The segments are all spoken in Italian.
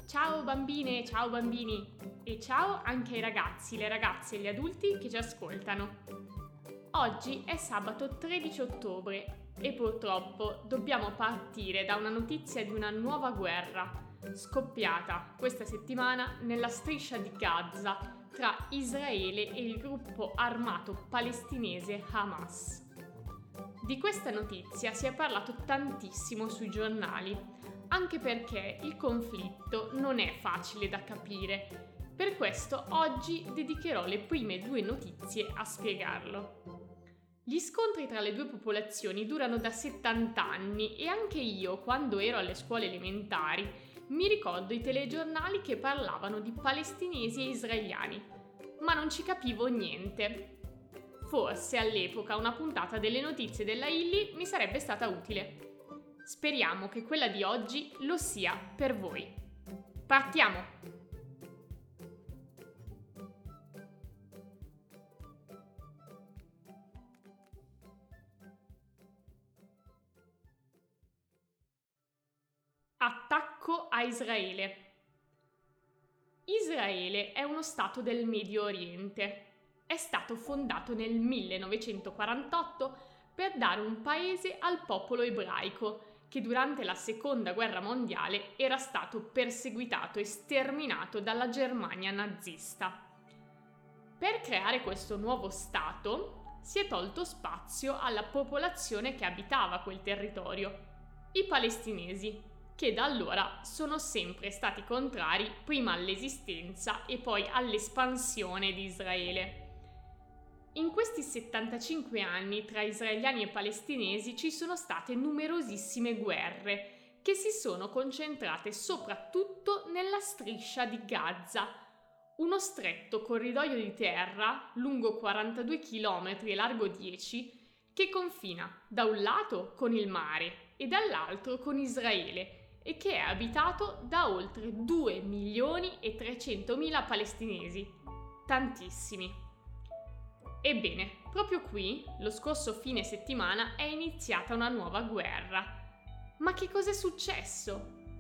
Ciao bambine, ciao bambini e ciao anche ai ragazzi, le ragazze e gli adulti che ci ascoltano. Oggi è sabato 13 ottobre e purtroppo dobbiamo partire da una notizia di una nuova guerra scoppiata questa settimana nella striscia di Gaza tra Israele e il gruppo armato palestinese Hamas. Di questa notizia si è parlato tantissimo sui giornali, anche perché il conflitto non è facile da capire. Per questo oggi dedicherò le prime due notizie a spiegarlo. Gli scontri tra le due popolazioni durano da 70 anni e anche io, quando ero alle scuole elementari, mi ricordo i telegiornali che parlavano di palestinesi e israeliani, ma non ci capivo niente. Forse all'epoca una puntata delle notizie della Illy mi sarebbe stata utile. Speriamo che quella di oggi lo sia per voi. Partiamo! Attacco a Israele. Israele è uno stato del Medio Oriente. È stato fondato nel 1948 per dare un paese al popolo ebraico, che durante la Seconda Guerra Mondiale era stato perseguitato e sterminato dalla Germania nazista. Per creare questo nuovo Stato si è tolto spazio alla popolazione che abitava quel territorio, i palestinesi, che da allora sono sempre stati contrari prima all'esistenza e poi all'espansione di Israele. In questi 75 anni tra israeliani e palestinesi ci sono state numerosissime guerre che si sono concentrate soprattutto nella striscia di Gaza, uno stretto corridoio di terra lungo 42 km e largo 10 che confina da un lato con il mare e dall'altro con Israele e che è abitato da oltre 2.300.000 palestinesi, tantissimi. Ebbene, proprio qui, lo scorso fine settimana, è iniziata una nuova guerra. Ma che cos'è successo?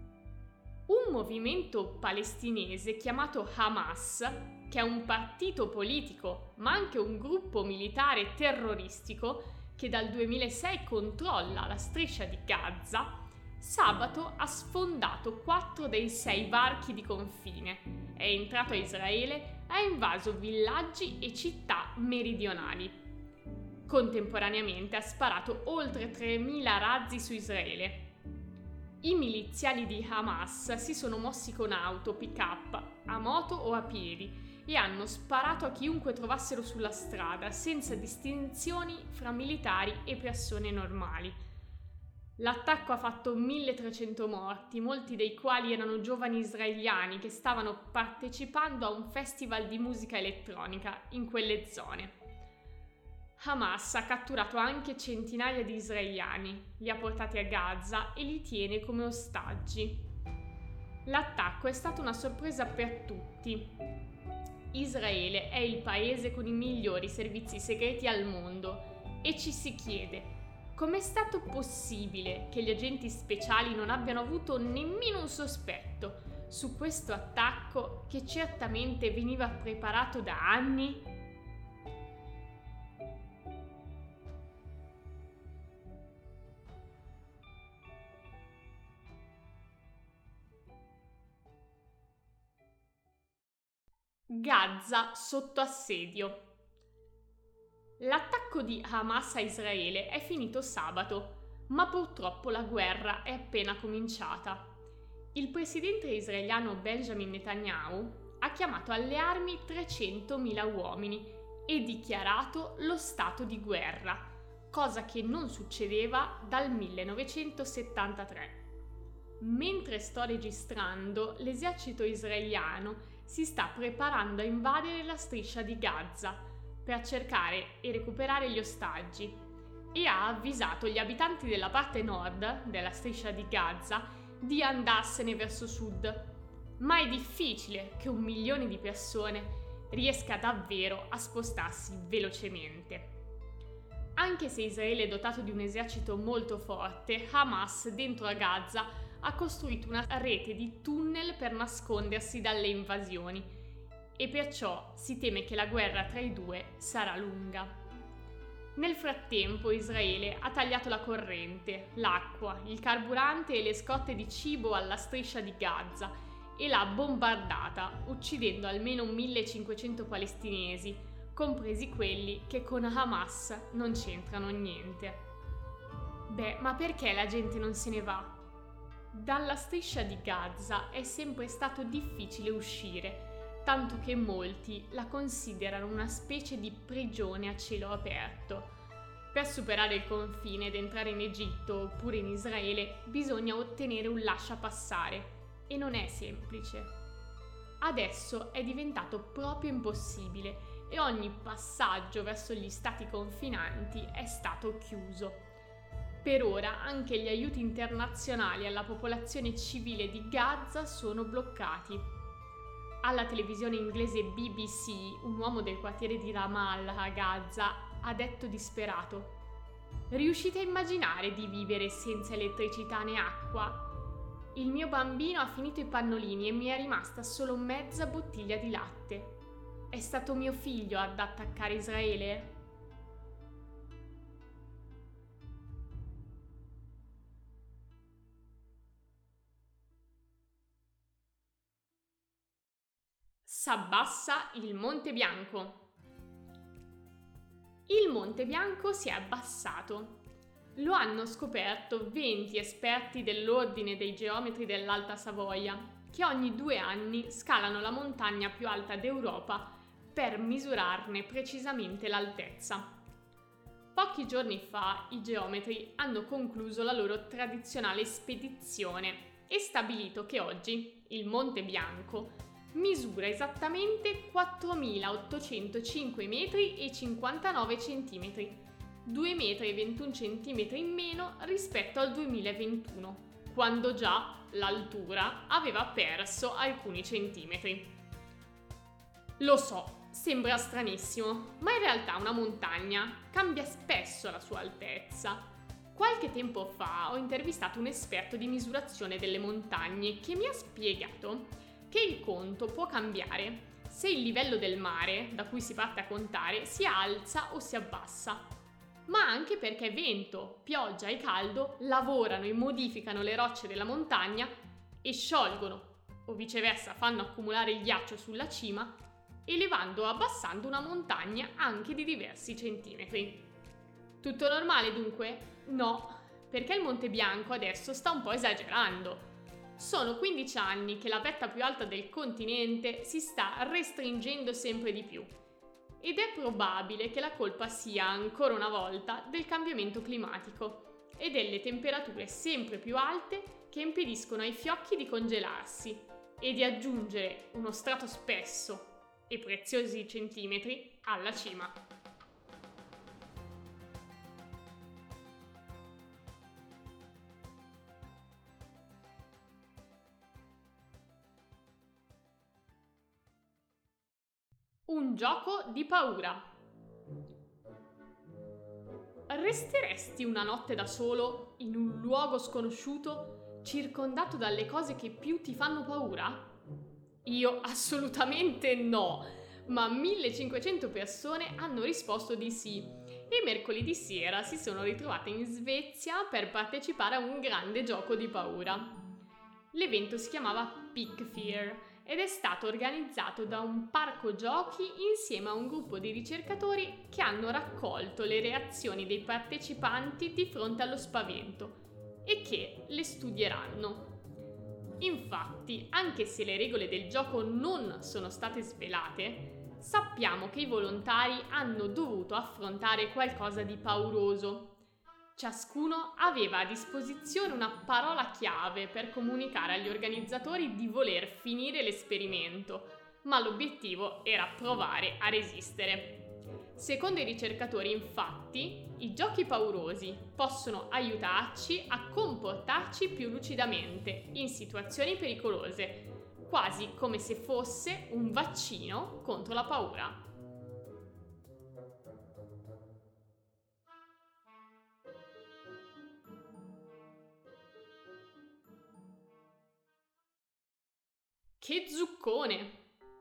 Un movimento palestinese chiamato Hamas, che è un partito politico, ma anche un gruppo militare terroristico che dal 2006 controlla la striscia di Gaza, sabato ha sfondato 4 dei 6 varchi di confine, è entrato a Israele, ha invaso villaggi e città meridionali. Contemporaneamente ha sparato oltre 3.000 razzi su Israele. I miliziani di Hamas si sono mossi con auto, pick-up, a moto o a piedi e hanno sparato a chiunque trovassero sulla strada, senza distinzioni fra militari e persone normali. L'attacco ha fatto 1.300 morti, molti dei quali erano giovani israeliani che stavano partecipando a un festival di musica elettronica in quelle zone. Hamas ha catturato anche centinaia di israeliani, li ha portati a Gaza e li tiene come ostaggi. L'attacco è stata una sorpresa per tutti. Israele è il paese con i migliori servizi segreti al mondo e ci si chiede: com'è stato possibile che gli agenti speciali non abbiano avuto nemmeno un sospetto su questo attacco che certamente veniva preparato da anni? Gaza sotto assedio. L'attacco di Hamas a Israele è finito sabato, ma purtroppo la guerra è appena cominciata. Il presidente israeliano Benjamin Netanyahu ha chiamato alle armi 300.000 uomini e dichiarato lo stato di guerra, cosa che non succedeva dal 1973. Mentre sto registrando, l'esercito israeliano si sta preparando a invadere la striscia di Gaza per cercare e recuperare gli ostaggi e ha avvisato gli abitanti della parte nord della striscia di Gaza di andarsene verso sud. Ma è difficile che 1 milione di persone riesca davvero a spostarsi velocemente. Anche se Israele è dotato di un esercito molto forte, Hamas dentro a Gaza ha costruito una rete di tunnel per nascondersi dalle invasioni e perciò si teme che la guerra tra i due sarà lunga. Nel frattempo Israele ha tagliato la corrente, l'acqua, il carburante e le scorte di cibo alla striscia di Gaza e l'ha bombardata, uccidendo almeno 1500 palestinesi, compresi quelli che con Hamas non c'entrano niente. Beh, ma perché la gente non se ne va? Dalla striscia di Gaza è sempre stato difficile uscire, tanto che molti la considerano una specie di prigione a cielo aperto. Per superare il confine ed entrare in Egitto oppure in Israele bisogna ottenere un lasciapassare e non è semplice. Adesso è diventato proprio impossibile e ogni passaggio verso gli stati confinanti è stato chiuso. Per ora anche gli aiuti internazionali alla popolazione civile di Gaza sono bloccati. Alla televisione inglese BBC, un uomo del quartiere di Ramallah a Gaza ha detto disperato: «Riuscite a immaginare di vivere senza elettricità né acqua? Il mio bambino ha finito i pannolini e mi è rimasta solo mezza bottiglia di latte. È stato mio figlio ad attaccare Israele?» S'abbassa il Monte Bianco. Il Monte Bianco si è abbassato. Lo hanno scoperto 20 esperti dell'Ordine dei Geometri dell'Alta Savoia, che ogni 2 anni scalano la montagna più alta d'Europa per misurarne precisamente l'altezza. Pochi giorni fa i geometri hanno concluso la loro tradizionale spedizione e stabilito che oggi il Monte Bianco misura esattamente 4.805 metri e 59 centimetri, 2 metri e 21 centimetri in meno rispetto al 2021, quando già l'altura aveva perso alcuni centimetri. Lo so, sembra stranissimo, ma in realtà una montagna cambia spesso la sua altezza. Qualche tempo fa ho intervistato un esperto di misurazione delle montagne che mi ha spiegato che il conto può cambiare se il livello del mare, da cui si parte a contare, si alza o si abbassa, ma anche perché vento, pioggia e caldo lavorano e modificano le rocce della montagna e sciolgono, o viceversa fanno accumulare il ghiaccio sulla cima, elevando o abbassando una montagna anche di diversi centimetri. Tutto normale dunque? No, perché il Monte Bianco adesso sta un po' esagerando. Sono 15 anni che la vetta più alta del continente si sta restringendo sempre di più ed è probabile che la colpa sia ancora una volta del cambiamento climatico e delle temperature sempre più alte che impediscono ai fiocchi di congelarsi e di aggiungere uno strato spesso e preziosi centimetri alla cima. Un gioco di paura. Resteresti una notte da solo in un luogo sconosciuto, circondato dalle cose che più ti fanno paura? Io assolutamente no, ma 1500 persone hanno risposto di sì e mercoledì sera si sono ritrovate in Svezia per partecipare a un grande gioco di paura. L'evento si chiamava Peak Fear ed è stato organizzato da un parco giochi insieme a un gruppo di ricercatori che hanno raccolto le reazioni dei partecipanti di fronte allo spavento e che le studieranno. Infatti, anche se le regole del gioco non sono state svelate, sappiamo che i volontari hanno dovuto affrontare qualcosa di pauroso. Ciascuno aveva a disposizione una parola chiave per comunicare agli organizzatori di voler finire l'esperimento, ma l'obiettivo era provare a resistere. Secondo i ricercatori, infatti, i giochi paurosi possono aiutarci a comportarci più lucidamente in situazioni pericolose, quasi come se fosse un vaccino contro la paura. Che zuccone!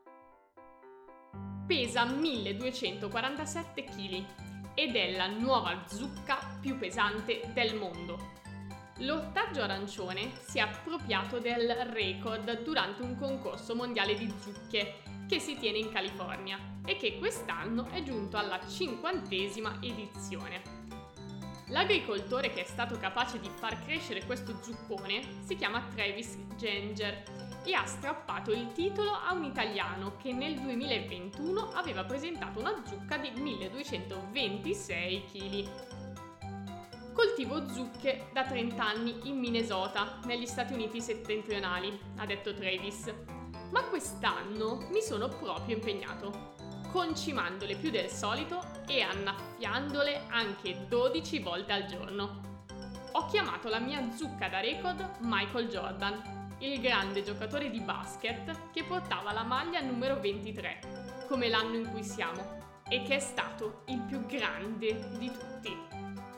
Pesa 1247 kg ed è la nuova zucca più pesante del mondo. L'ortaggio arancione si è appropriato del record durante un concorso mondiale di zucche che si tiene in California e che quest'anno è giunto alla 50ª edizione. L'agricoltore che è stato capace di far crescere questo zuccone si chiama Travis Ginger e ha strappato il titolo a un italiano che nel 2021 aveva presentato una zucca di 1226 kg. Coltivo zucche da 30 anni in Minnesota, negli Stati Uniti settentrionali, ha detto Travis. Ma quest'anno mi sono proprio impegnato, concimandole più del solito e annaffiandole anche 12 volte al giorno. Ho chiamato la mia zucca da record Michael Jordan, il grande giocatore di basket che portava la maglia numero 23, come l'anno in cui siamo, e che è stato il più grande di tutti.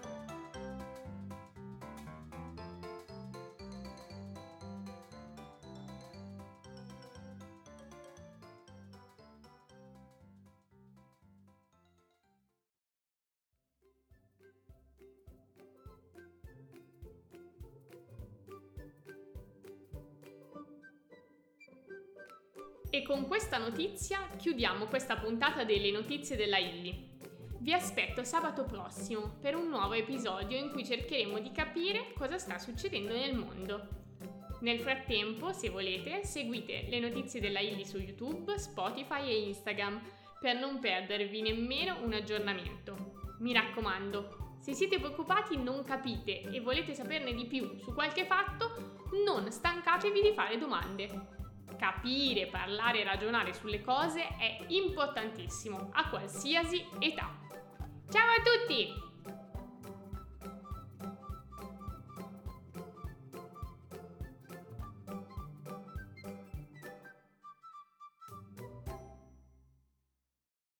E con questa notizia chiudiamo questa puntata delle notizie della Illy. Vi aspetto sabato prossimo per un nuovo episodio in cui cercheremo di capire cosa sta succedendo nel mondo. Nel frattempo, se volete, seguite le notizie della Illy su YouTube, Spotify e Instagram per non perdervi nemmeno un aggiornamento. Mi raccomando, se siete preoccupati, non capite e volete saperne di più su qualche fatto, non stancatevi di fare domande. Capire, parlare e ragionare sulle cose è importantissimo a qualsiasi età. Ciao a tutti!